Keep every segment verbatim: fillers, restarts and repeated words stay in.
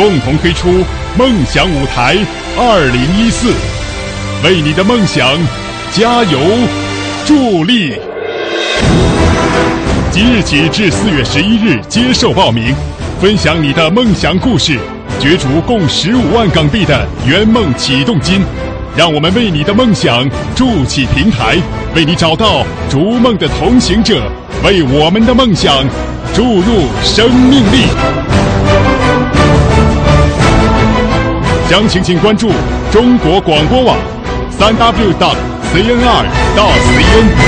共同推出梦想舞台二零一四，为你的梦想加油助力。即日起至四月十一日接受报名，分享你的梦想故事，角逐共十五万港币的圆梦启动金。让我们为你的梦想筑起平台，为你找到逐梦的同行者，为我们的梦想注入生命力。详情请关注中国广播网三 w 点 c n r 点 c n。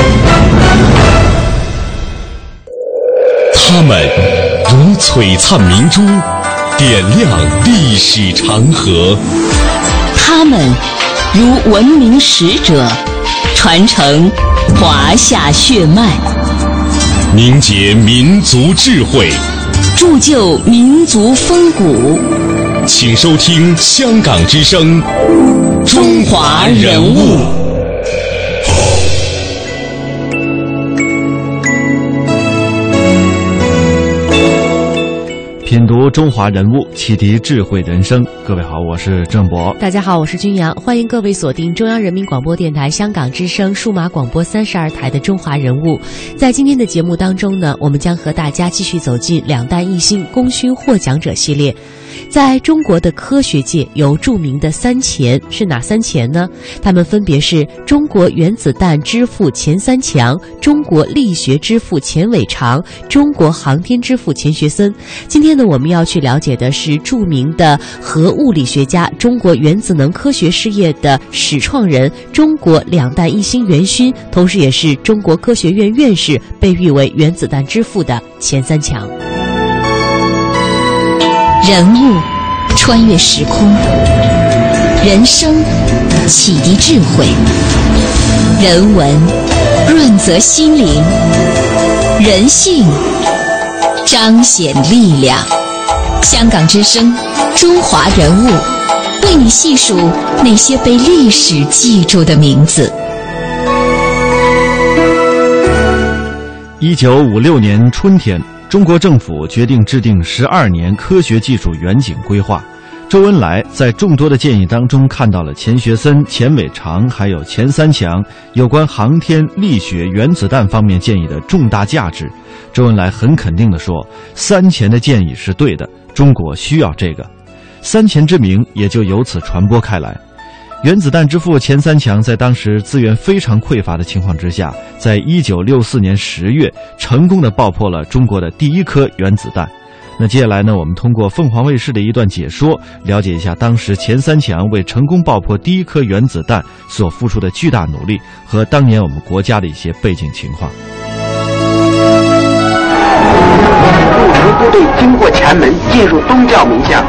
他们如璀璨明珠，点亮历史长河； 他们如文明使者，传承华夏血脉， 凝结民族智慧， 铸就民族风骨。 请收听香港之声《中华人物》。 品读中华人物，启迪智慧人生。各位好，我是郑博。 大家好，我是君阳。欢迎各位锁定中央人民广播电台香港之声数码广播三十二台的中华人物。在今天的节目当中呢，我们将和大家继续走进两弹一星功勋获奖者系列。在中国的科学界有著名的三钱，是哪三钱呢？他们分别是中国原子弹之父钱三强、中国力学之父钱伟长、中国航天之父钱学森。今天呢，我们要去了解的是著名的核物理学家、中国原子能科学事业的始创人、中国两弹一星元勋，同时也是中国科学院院士，被誉为原子弹之父的钱三强。 人物穿越时空，人生启迪智慧，人文润泽心灵，人性彰显力量。香港之声，中华人物，为你细数那些被历史记住的名字。 一九五六年春天，中国政府决定制定十二年科学技术远景规划。周恩来在众多的建议当中看到了钱学森、钱伟长还有钱三强有关航天、力学、原子弹方面建议的重大价值。周恩来很肯定地说，三钱的建议是对的，中国需要这个。三钱之名也就由此传播开来。原子弹之父钱三强在当时资源非常匮乏的情况之下，在一九六四年十月成功地爆破了中国的第一颗原子弹。那接下来呢，我们通过凤凰卫视的一段解说，了解一下当时钱三强为成功爆破第一颗原子弹所付出的巨大努力和当年我们国家的一些背景情况。 入部部队经过前门进入东照明巷。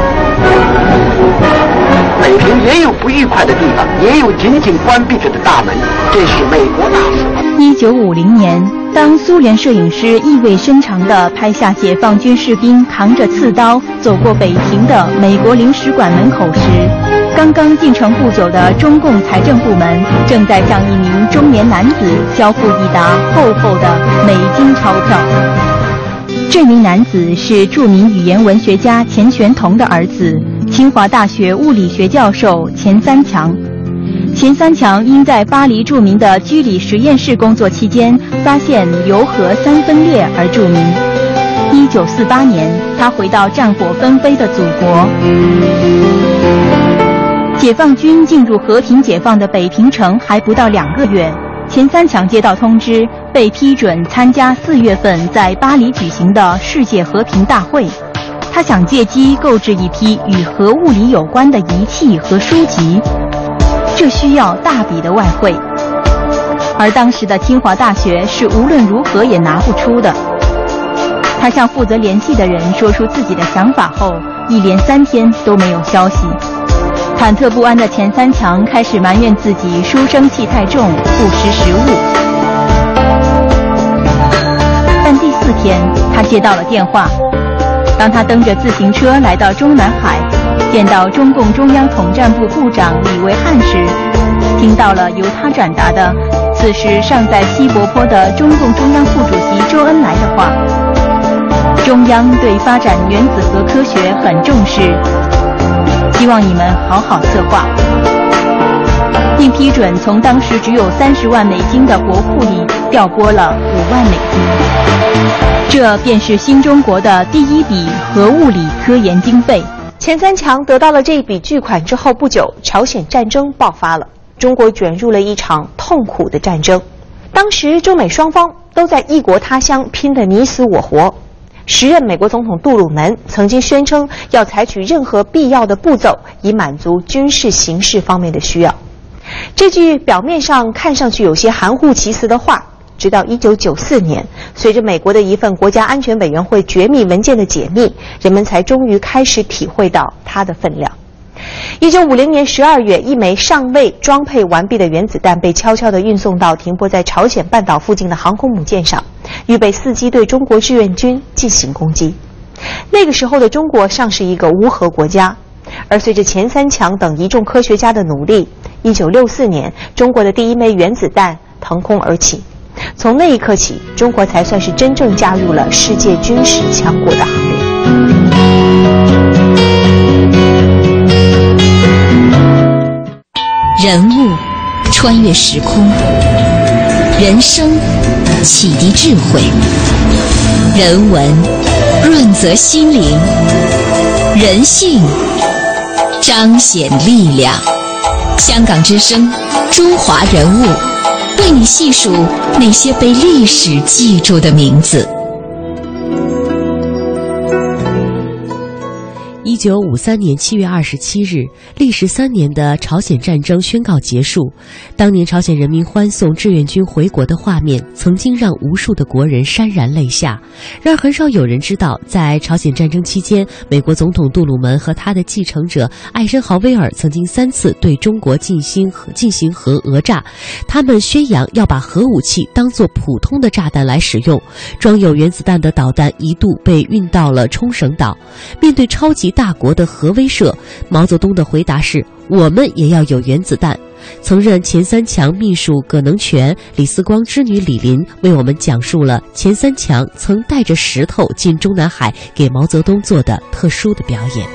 北平也有不愉快的地方，也有紧紧关闭着的大门，这是美国大使馆。 一九五零年，当苏联摄影师意味深长地拍下解放军士兵扛着刺刀走过北平的美国领事馆门口时，刚刚进城不久的中共财政部门正在向一名中年男子交付一沓厚厚的美金钞票。这名男子是著名语言文学家钱玄同的儿子，清华大学物理学教授钱三强。钱三强因在巴黎著名的居里实验室工作期间发现铀核三分裂而著名。一九四八年，他回到战火纷飞的祖国。解放军进入和平解放的北平城还不到两个月，钱三强接到通知，被批准参加四月份在巴黎举行的世界和平大会。他想借机购置一批与核物理有关的仪器和书籍，这需要大笔的外汇，而当时的清华大学是无论如何也拿不出的。他向负责联系的人说出自己的想法后，一连三天都没有消息。忐忑不安的钱三强开始埋怨自己书生气太重，不识时务。但第四天，他接到了电话。当他蹬着自行车来到中南海，见到中共中央统战部部长李维汉时，听到了由他转达的此时尚在西柏坡的中共中央副主席周恩来的话。 中央对发展原子核科学很重视，希望你们好好策划，并批准从当时只有三十万美金的国库里调拨了五万美金，这便是新中国的第一笔核物理科研经费。 钱三强得到了这一笔巨款之后不久，朝鲜战争爆发了，中国卷入了一场痛苦的战争。当时中美双方都在异国他乡拼得你死我活。时任美国总统杜鲁门曾经宣称要采取任何必要的步骤，以满足军事形势方面的需要。这句表面上看上去有些含糊其辞的话，直到一九九四年，随着美国的一份国家安全委员会绝密文件的解密，人们才终于开始体会到它的分量。一九五零年十二月，一枚尚未装配完毕的原子弹被悄悄地运送到停泊在朝鲜半岛附近的航空母舰上，预备伺机对中国志愿军进行攻击。那个时候的中国尚是一个无核国家，而随着钱三强等一众科学家的努力，一九六四年，中国的第一枚原子弹腾空而起。从那一刻起，中国才算是真正加入了世界军事强国的行列。 人物穿越时空，人生启迪智慧，人文润泽心灵，人性彰显力量。香港之声，中华人物，为你细数那些被历史记住的名字。 一九五三年七月二十七日，历时三年的朝鲜战争宣告结束。当年朝鲜人民欢送志愿军回国的画面，曾经让无数的国人潸然泪下。然而，很少有人知道，在朝鲜战争期间，美国总统杜鲁门和他的继承者艾森豪威尔曾经三次对中国进行进行核讹诈。他们宣扬要把核武器当作普通的炸弹来使用。装有原子弹的导弹一度被运到了冲绳岛。面对超级大国的核威慑，毛泽东的回答是：我们也要有原子弹。曾任钱三强秘书葛能全、李四光之女李林为我们讲述了钱三强曾带着石头进中南海给毛泽东做的特殊的表演。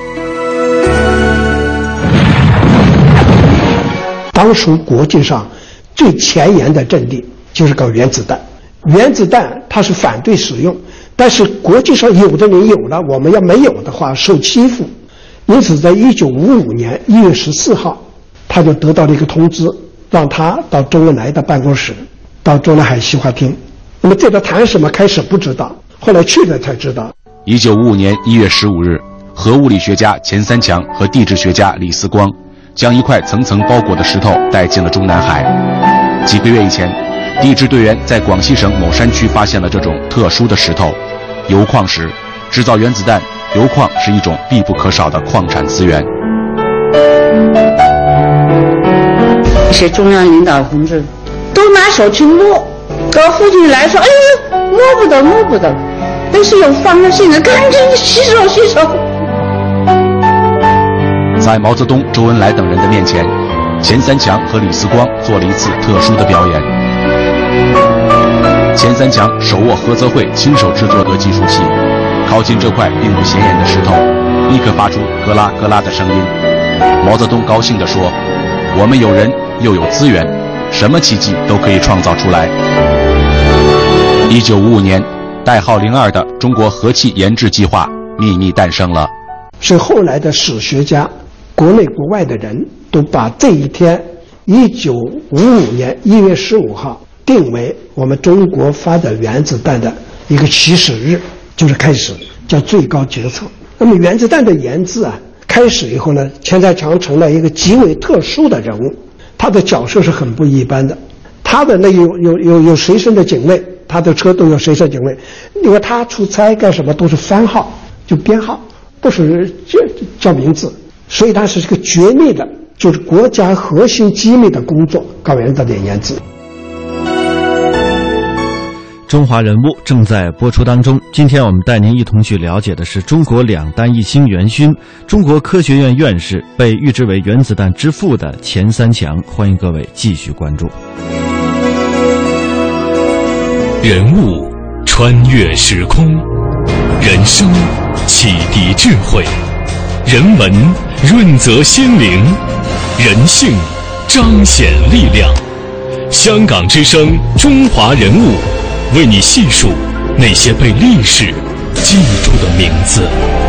当时国际上最前沿的阵地就是搞原子弹，原子弹它是反对使用，但是国际上有的人有了，我们要没有的话受欺负。因此在一九五五年一月十四号，他就得到了一个通知，让他到周恩来的办公室，到中南海西花厅。那么这个谈什么开始不知道，后来去了才知道。 一九五五年一月十五日，核物理学家钱三强和地质学家李四光将一块层层包裹的石头带进了中南海。几个月以前，地质队员在广西省某山区发现了这种特殊的石头——铀矿石。制造原子弹，铀矿是一种必不可少的矿产资源。 一些中央领导同志都拿手去摸，到附近来说：“哎呦，摸不得，摸不得。”但是有防御性的，赶紧洗手洗手。 在毛泽东、周恩来等人的面前，钱三强和李四光做了一次特殊的表演。钱三强手握菏泽会亲手制作的计数器，靠近这块并不显眼的石头，立刻发出咯啦咯啦的声音。毛泽东高兴地说：“我们有人又有资源，什么奇迹都可以创造出来。”一九五五年，代号零二的中国核气研制计划秘密诞生了。 是后来的史学家，国内国外的人都把这一天一九五五年一月十五号定为我们中国发展原子弹的一个起始日，就是开始叫最高决策。那么原子弹的研制啊，开始以后呢，钱三强成了一个极为特殊的人物，他的角色是很不一般的。他的那有有有有随身的警卫，他的车都有随身警卫，因为他出差干什么都是番号，就编号，不是叫叫名字，所以他是个绝密的，就是国家核心机密的工作，搞原子弹研制。 中华人物正在播出当中，今天我们带您一同去了解的是中国两弹一星元勋、中国科学院院士，被誉之为原子弹之父的钱三强。欢迎各位继续关注。 人物穿越时空， 人生启迪智慧，人文润泽心灵，人性彰显力量。香港之声，中华人物，为你细数那些被历史记住的名字。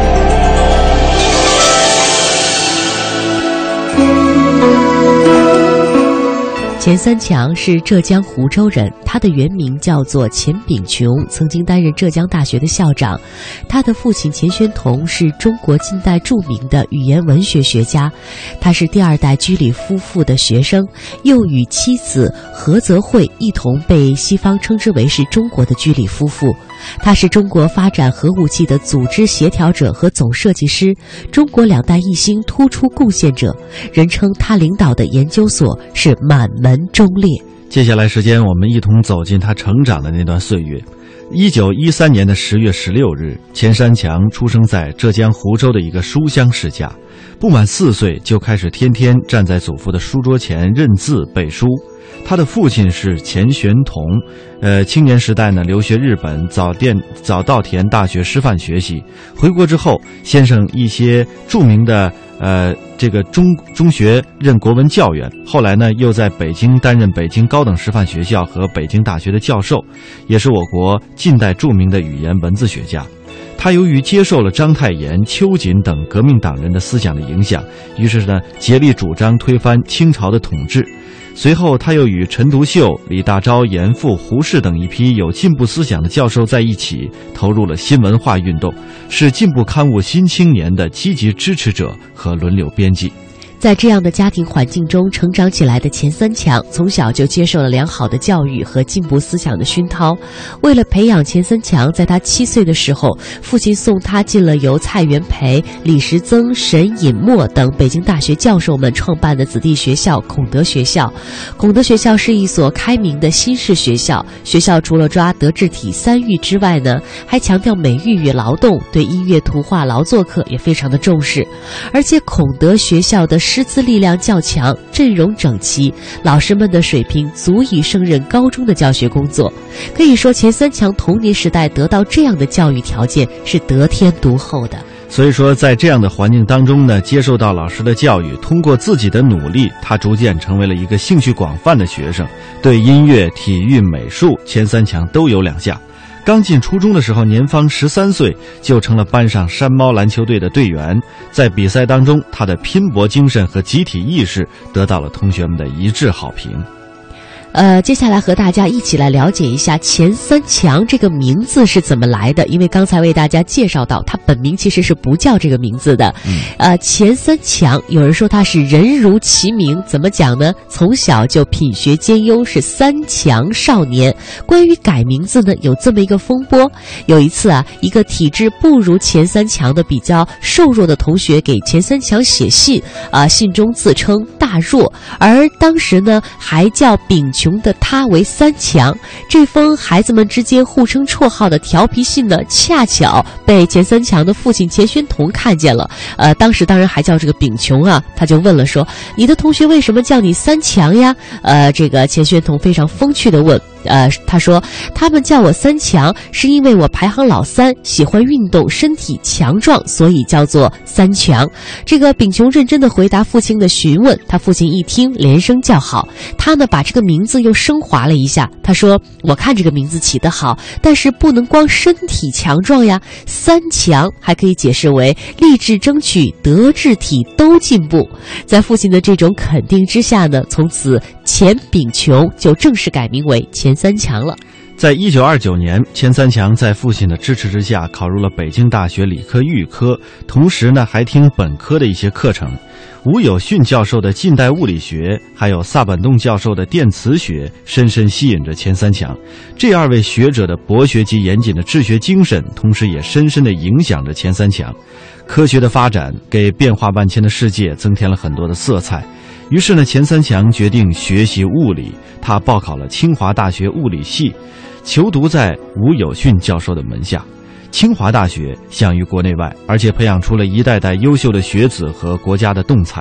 钱三强是浙江湖州人，他的原名叫做钱炳琼，曾经担任浙江大学的校长。他的父亲钱玄同是中国近代著名的语言文学学家，他是第二代居里夫妇的学生，又与妻子何泽慧一同被西方称之为是中国的居里夫妇。他是中国发展核武器的组织协调者和总设计师，中国两弹一星突出贡献者，人称他领导的研究所是满门忠烈。 接下来时间，我们一同走进他成长的那段岁月。一九一三年的十月十六日，钱三强出生在浙江湖州的一个书香世家，不满四岁就开始天天站在祖父的书桌前认字背书。他的父亲是钱玄同，呃，青年时代呢留学日本早田早稻田大学师范学习，回国之后，先生一些著名的呃这个中中学任国文教员，后来呢又在北京担任北京高等师范学校和北京大学的教授，也是我国近代著名的语言文字学家。他由于接受了章太炎、秋瑾等革命党人的思想的影响，于是呢竭力主张推翻清朝的统治。随后他又与陈独秀、李大钊、严复、胡适等一批有进步思想的教授在一起，投入了新文化运动，是进步刊物《新青年》的积极支持者和轮流编辑。 在这样的家庭环境中成长起来的钱三强，从小就接受了良好的教育和进步思想的熏陶。为了培养钱三强，在他七岁的时候，父亲送他进了由蔡元培、李时增、沈尹默等北京大学教授们创办的子弟学校孔德学校。孔德学校是一所开明的新式学校，学校除了抓德智体三育之外呢，还强调美育与劳动，对音乐、图画、劳作课也非常的重视。而且孔德学校的师资力量较强，阵容整齐，老师们的水平足以胜任高中的教学工作。可以说，钱三强童年时代得到这样的教育条件是得天独厚的。 所以说，在这样的环境当中呢，接受到老师的教育，通过自己的努力，他逐渐成为了一个兴趣广泛的学生，对音乐、体育、美术，钱三强都有两项。刚进初中的时候，年方十三岁，就成了班上山猫篮球队的队员。在比赛当中，他的拼搏精神和集体意识得到了同学们的一致好评。 呃，接下来和大家一起来了解一下钱三强这个名字是怎么来的。因为刚才为大家介绍到，他本名其实是不叫这个名字的。嗯、呃，钱三强，有人说他是人如其名，怎么讲呢？从小就品学兼优，是三强少年。关于改名字呢，有这么一个风波。有一次啊，一个体质不如钱三强的比较瘦弱的同学给钱三强写信，啊、呃，信中自称大弱，而当时呢还叫丙穷的他为三强。这封孩子们之间互称绰号的调皮信呢，恰巧被钱三强的父亲钱玄同看见了。呃，当时当然还叫这个丙穷啊，他就问了说：“你的同学为什么叫你三强呀？”呃，这个钱玄同非常风趣地问。呃，他说他们叫我三强，是因为我排行老三，喜欢运动，身体强壮，所以叫做三强。这个丙穷认真地回答父亲的询问，他父亲一听连声叫好。他呢把这个名字又升华了一下，他说：“我看这个名字起得好，但是不能光身体强壮呀，三强还可以解释为立志争取德智体都进步。”在父亲的这种肯定之下呢，从此钱丙穷就正式改名为钱三强了。 在一九二九年，钱三强在父亲的支持之下考入了北京大学理科预科，同时呢还听本科的一些课程。吴有训教授的近代物理学，还有萨本栋教授的电磁学，深深吸引着钱三强。这二位学者的博学及严谨的治学精神，同时也深深地影响着钱三强。科学的发展给变化万千的世界增添了很多的色彩。于是呢，钱三强决定学习物理，他报考了清华大学物理系，求读在吴有训教授的门下。清华大学享誉国内外，而且培养出了一代代优秀的学子和国家的栋才。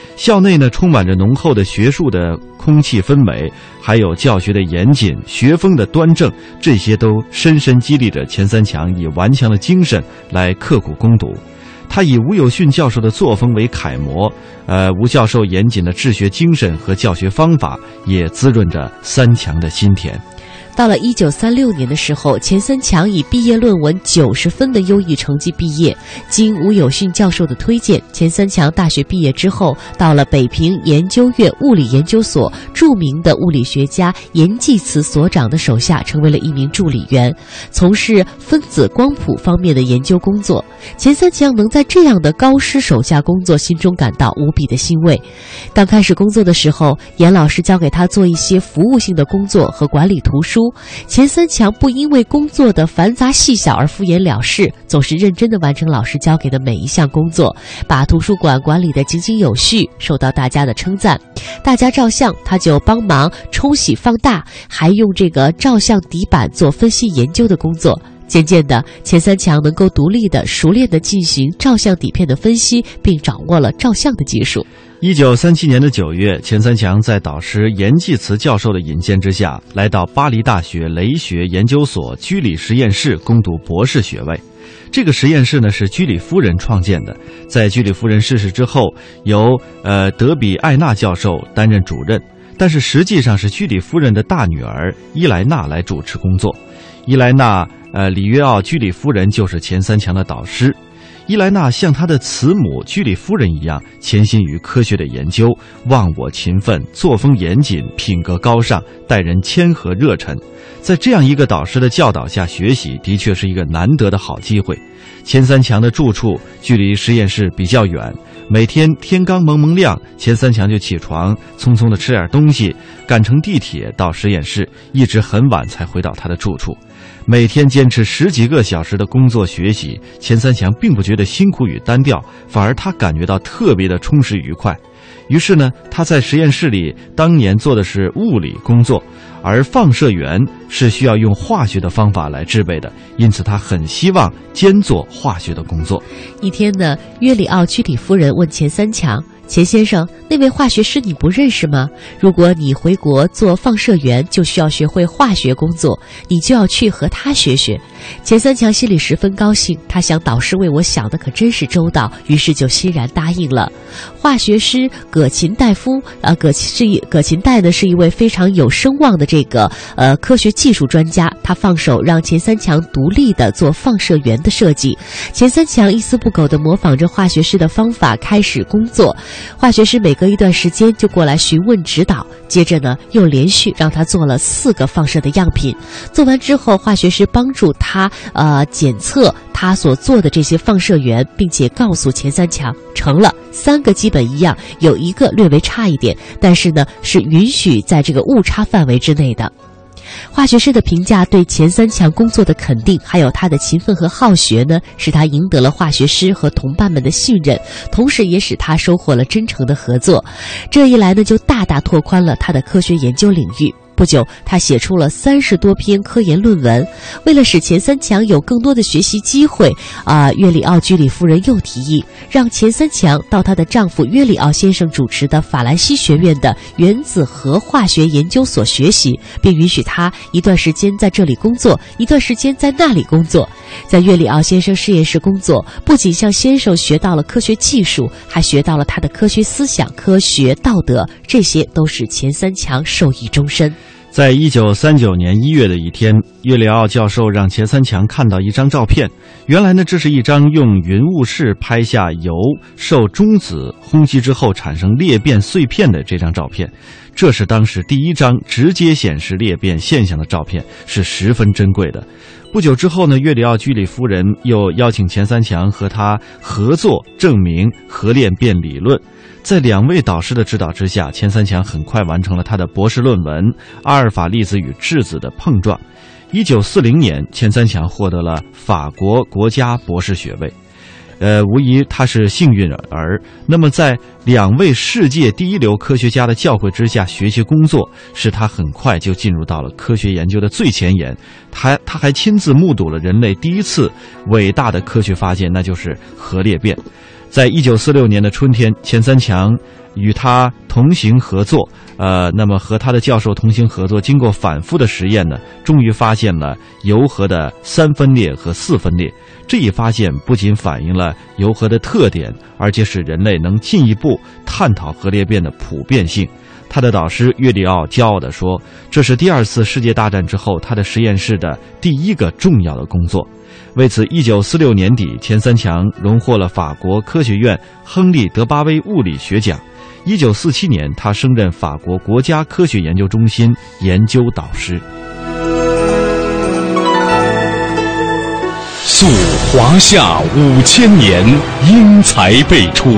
校内呢充满着浓厚的学术的空气氛围，还有教学的严谨、学风的端正，这些都深深激励着钱三强以顽强的精神来刻苦攻读。他以吴有训教授的作风为楷模，呃，吴教授严谨的治学精神和教学方法也滋润着三强的心田。 到了一九三六年的时候，钱三强以毕业论文九十分的优异成绩毕业。经吴有训教授的推荐，钱三强大学毕业之后，到了北平研究院物理研究所著名的物理学家严济慈所长的手下，成为了一名助理员，从事分子光谱方面的研究工作。钱三强能在这样的高师手下工作，心中感到无比的欣慰。刚开始工作的时候，严老师交给他做一些服务性的工作和管理图书。钱三强不因为工作的繁杂细小而敷衍了事，总是认真地完成老师交给的每一项工作，把图书馆管理得井井有序，受到大家的称赞。大家照相，他就帮忙冲洗放大，还用这个照相底板做分析研究的工作。渐渐的，钱三强能够独立的、熟练地进行照相底片的分析，并掌握了照相的技术。 一九三七年的九月，钱三强在导师严济慈教授的引荐之下，来到巴黎大学雷学研究所居里实验室攻读博士学位。这个实验室呢是居里夫人创建的，在居里夫人逝世之后，由呃德比艾纳教授担任主任，但是实际上是居里夫人的大女儿伊莱娜来主持工作。伊莱娜呃里约奥居里夫人就是钱三强的导师。伊莱娜像她的慈母居里夫人一样，潜心于科学的研究，忘我勤奋，作风严谨，品格高尚，待人谦和热忱。在这样一个导师的教导下学习，的确是一个难得的好机会。钱三强的住处距离实验室比较远，每天天刚蒙蒙亮，钱三强就起床，匆匆地吃点东西，赶乘地铁到实验室，一直很晚才回到他的住处。每天坚持十几个小时的工作学习，钱三强并不觉得辛苦与单调，反而他感觉到特别的充实愉快。于是呢，他在实验室里当年做的是物理工作，而放射源是需要用化学的方法来制备的，因此他很希望兼做化学的工作。 一天呢，约里奥居里夫人问钱三强：“钱先生，那位化学师你不认识吗？如果你回国做放射源，就需要学会化学工作，你就要去和他学学。”钱三强心里十分高兴，他想导师为我想的可真是周到，于是就欣然答应了。化学师葛琴代夫，呃，葛是一葛琴代呢是一位非常有声望的这个呃科学技术专家，他放手让钱三强独立的做放射源的设计。钱三强一丝不苟地模仿着化学师的方法开始工作。化学师每隔一段时间就过来询问指导，接着呢又连续让他做了四个放射的样品。做完之后，化学师帮助他呃检测他所做的这些放射源，并且告诉钱三强成了，三个基本一样，有一个略微差一点，但是呢是允许在这个误差范围之内的。化学师的评价对钱三强工作的肯定，还有他的勤奋和好学呢，使他赢得了化学师和同伴们的信任，同时也使他收获了真诚的合作。这一来呢，就大大拓宽了他的科学研究领域。不久，他写出了三十多篇科研论文。为了使钱三强有更多的学习机会，啊、呃，约里奥居里夫人又提议让钱三强到她的丈夫约里奥先生主持的法兰西学院的原子核化学研究所学习，并允许他一段时间在这里工作，一段时间在那里工作。在约里奥先生实验室工作，不仅向先生学到了科学技术，还学到了他的科学思想、科学道德，这些都使钱三强受益终身。 在一九三九年一月的一天，约里奥教授让钱三强看到一张照片。原来呢，这是一张用云雾式拍下铀受中子轰击之后产生裂变碎片的这张照片。这是当时第一张直接显示裂变现象的照片，是十分珍贵的。不久之后呢，约里奥居里夫人又邀请钱三强和他合作证明核裂变理论。在两位导师的指导之下，钱三强很快完成了他的博士论文《阿尔法粒子与质子的碰撞》。一九四零年，钱三强获得了法国国家博士学位。呃，无疑他是幸运儿。那么在两位世界第一流科学家的教诲之下学习工作，使他很快就进入到了科学研究的最前沿。他他还亲自目睹了人类第一次伟大的科学发现，那就是核裂变。 在一九四六年的春天，钱三强与他同行合作，呃，那么和他的教授同行合作，经过反复的实验呢，终于发现了铀核的三分裂和四分裂。这一发现不仅反映了铀核的特点，而且使人类能进一步探讨核裂变的普遍性。他的导师约里奥骄傲地说，这是第二次世界大战之后他的实验室的第一个重要的工作。为此，一九四六年底，钱三强荣获了法国科学院亨利·德巴威物理学奖。一九四七年，他升任法国国家科学研究中心研究导师。 溯华夏五千年，英才辈出，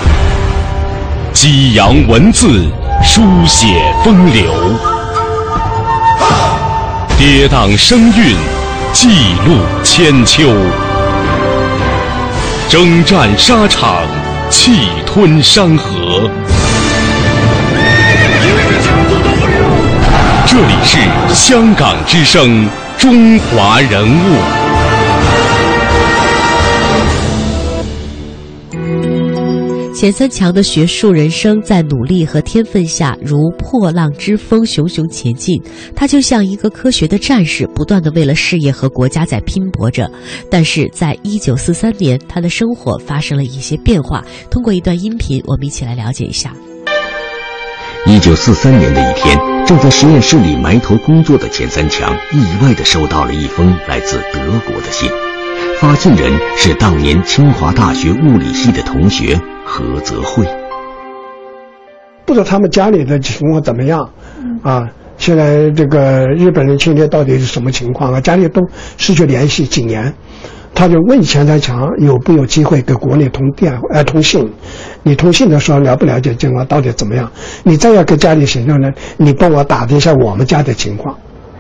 激扬文字，书写风流，跌宕声韵，记录千秋，征战沙场，气吞山河。这里是香港之声，中华人物。 钱三强的学术人生在努力和天分下如破浪之风熊熊前进，他就像一个科学的战士，不断地为了事业和国家在拼搏着。但是在一九四三年，他的生活发生了一些变化，通过一段音频我们一起来了解一下。 一九四三年的一天，正在实验室里埋头工作的钱三强意外地收到了一封来自德国的信，发信人是当年清华大学物理系的同学何泽慧。 不知道他们家里的情况怎么样啊？现在这个日本人侵略到底是什么情况啊？家里都失去联系几年，他就问钱三强有没有机会给国内通电呃通信，你通信的时候了不了解情况到底怎么样？你再要给家里写信呢，你帮我打听一下我们家的情况。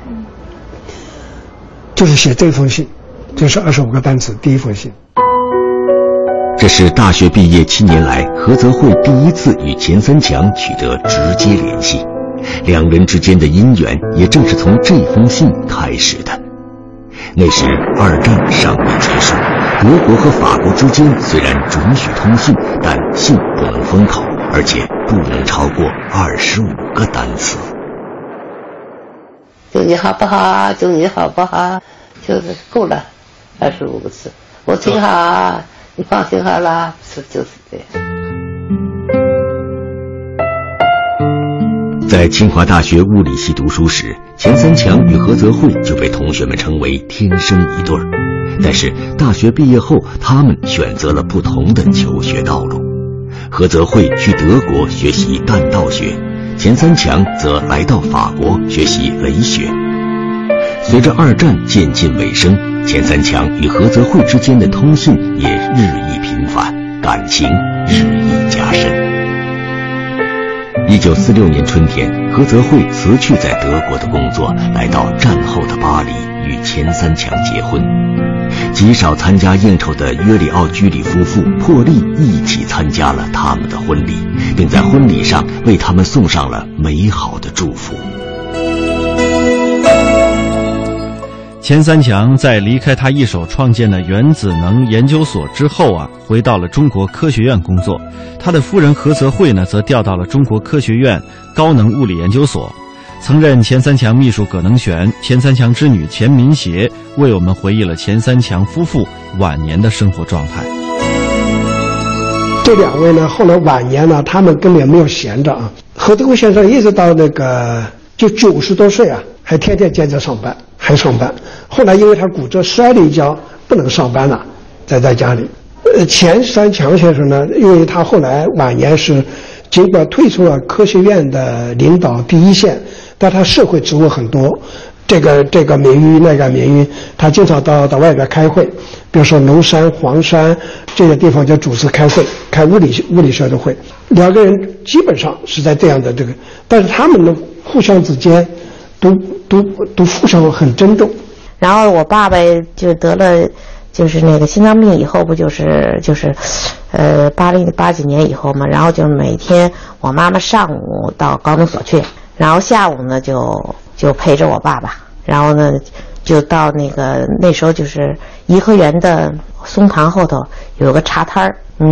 就是写这封信，这是二十五个单词，第一封信。 这是大学毕业七年来何泽慧第一次与钱三强取得直接联系，两人之间的姻缘也正是从这封信开始的。那时二战尚未结束，德国和法国之间虽然准许通信，但信不能封口，而且不能超过二十五个单词。 祝你好不好？祝你好不好？就是够了，二十五个字。我挺好，你放心好了，是就是这样。 在清华大学物理系读书时，钱三强与何泽慧就被同学们称为天生一对儿。但是大学毕业后，他们选择了不同的求学道路。何泽慧去德国学习弹道学，钱三强则来到法国学习雷学。随着二战渐近尾声，钱三强与何泽慧之间的通信也日益频繁，感情日益加深。一九四六年春天，何泽慧辞去在德国的工作，来到战后的巴黎与钱三强结婚。极少参加应酬的约里奥居里夫妇破例一起参加了他们的婚礼，并在婚礼上为他们送上了美好的祝福。 钱三强在离开他一手创建的原子能研究所之后啊，回到了中国科学院工作。他的夫人何泽慧呢，则调到了中国科学院高能物理研究所。曾任钱三强秘书葛能玄、钱三强之女钱民协为我们回忆了钱三强夫妇晚年的生活状态。 这两位呢，后来晚年呢，他们根本没有闲着啊。何泽慧先生一直到那个就九十多岁啊，还天天兼职上班，还上班。后来因为他骨折摔了一跤，不能上班了，在在家里。呃，钱三强先生呢，因为他后来晚年是尽管退出了科学院的领导第一线，但他社会职务很多，这个这个名誉那个名誉，他经常到到外边开会，比如说龙山、黄山这些地方就主持开会，开物理物理学的会。两个人基本上是在这样的这个，但是他们呢互相之间都都都互相很尊重。 然后我爸爸就得了就是那个心脏病以后，不就是就是呃八零八几年以后嘛，然后就每天我妈妈上午到高能所去，然后下午呢就就陪着我爸爸，然后呢就到那个那时候就是颐和园的松堂后头有个茶摊儿，嗯，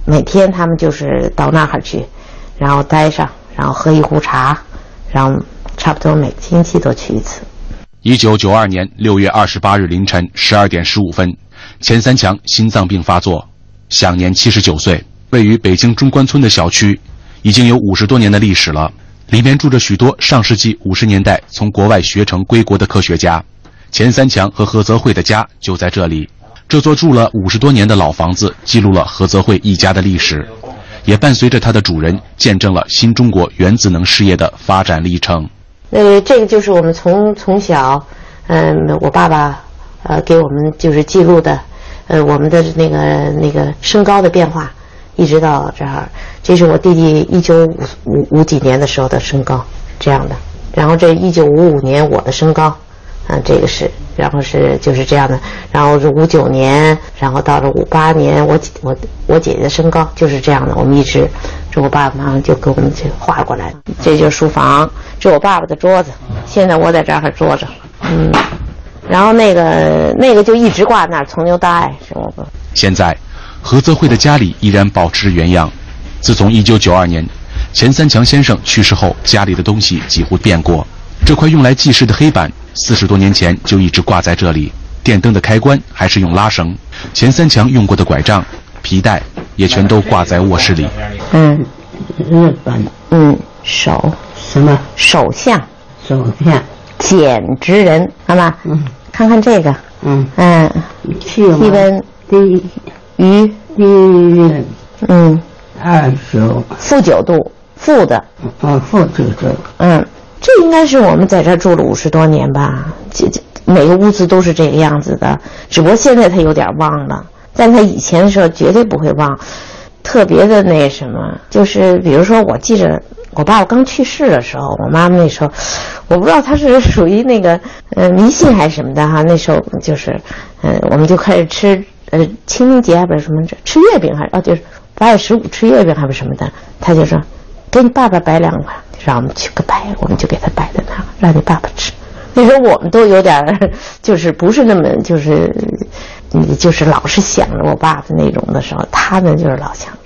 每天他们就是到那儿去，然后待上，然后喝一壶茶，然后差不多每个星期都去一次。 一九九二年六月二十八日凌晨十二点十五分，钱三强心脏病发作，享年七十九岁。位于北京中关村的小区，已经有五十多年的历史了。里面住着许多上世纪五十年代从国外学成归国的科学家。钱三强和何泽慧的家就在这里。这座住了五十多年的老房子，记录了何泽慧一家的历史，也伴随着他的主人，见证了新中国原子能事业的发展历程。 呃，这个就是我们从从小，嗯，我爸爸呃给我们就是记录的，呃，我们的那个那个身高的变化，一直到这儿。这是我弟弟一九五五五几年的时候的身高，这样的。然后这一九五五年我的身高，啊、呃，这个是，然后是就是这样的。然后是五九年，然后到了五八年，我我我姐姐的身高就是这样的。我们一直，这我爸爸马上就给我们就画过来。这就是书房，这我爸爸的桌子，现在我在这儿还坐着，嗯。然后那个那个就一直挂那儿，从牛到爱是我们。 现在，何泽慧的家里依然保持原样。自从一九九二年钱三强先生去世后，家里的东西几乎变过。这块用来记事的黑板，四十多年前就一直挂在这里。电灯的开关还是用拉绳，钱三强用过的拐杖、皮带也全都挂在卧室里。 嗯，日本，嗯，手什么手相， 手相， 简直人，好吗？ 嗯， 看看这个， 嗯嗯， 气温第一余第一嗯二十负九度，负的， 哦，负九度， 嗯，这应该是我们在这儿住了五十多年吧，这这每个屋子都是这个样子的，只不过现在他有点忘了，但他以前的时候绝对不会忘。特别的那什么，就是比如说，我记着我爸爸刚去世的时候，我妈妈那时候，我不知道他是属于那个呃迷信还是什么的哈。那时候就是，呃，我们就开始吃呃清明节还不是什么吃月饼还是哦就是八月十五吃月饼还不是什么的，他就说给你爸爸摆两块，让我们去个摆，我们就给他摆在那儿，让你爸爸吃。那时候我们都有点就是不是那么就是你就是老是想着我爸爸那种的时候，他呢就是老想着。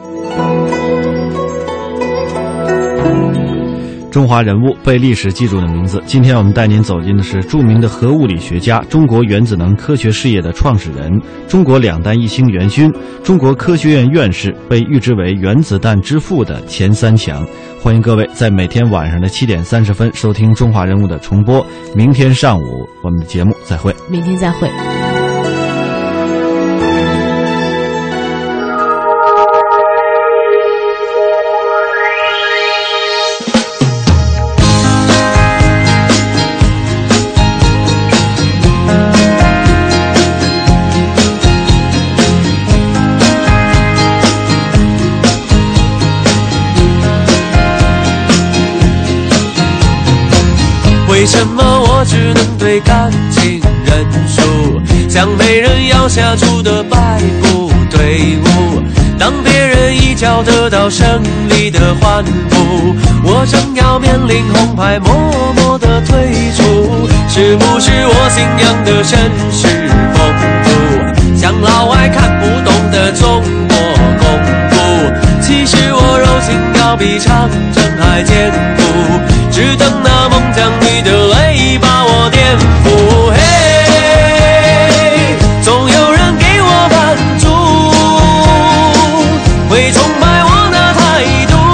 中华人物被历史记住的名字，今天我们带您走进的是著名的核物理学家，中国原子能科学事业的创始人，中国两弹一星元勋，中国科学院院士，被誉之为原子弹之父的钱三强。欢迎各位在每天晚上的七点三十分收听中华人物的重播，明天上午我们的节目再会。 明天再会。 为什么我只能对感情认输，像被人咬下猪的摆布队伍，当别人一脚得到胜利的欢呼，我正要面临红牌默默的退出，是不是我信仰的绅士风度，像老外看不懂的中国功夫，其实我柔情要比长城还坚固，只等那梦将你的泪把我颠覆。嘿，总有人给我帮助，会崇拜我的态度，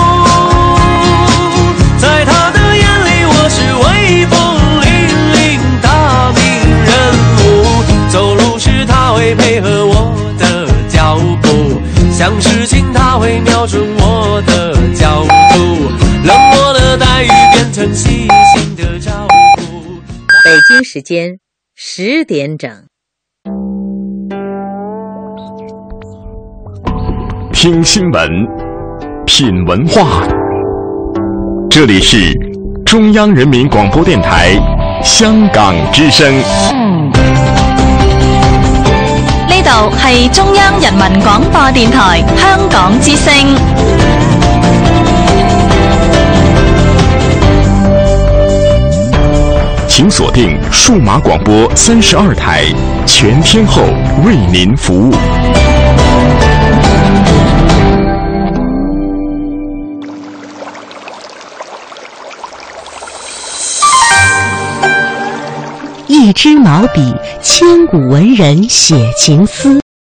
在他的眼里我是威风凛凛大名人物，走路时他会配合我的脚步，想事情他会瞄准我的角度，冷漠的待遇变成细心的照顾。 北京时间十点整， 听新闻，品文化，这里是中央人民广播电台香港之聲。 呢度係中央人民廣播電台香港之聲。 请锁定数码广播三十二台，全天候为您服务。 一支毛笔，千古文人写情思。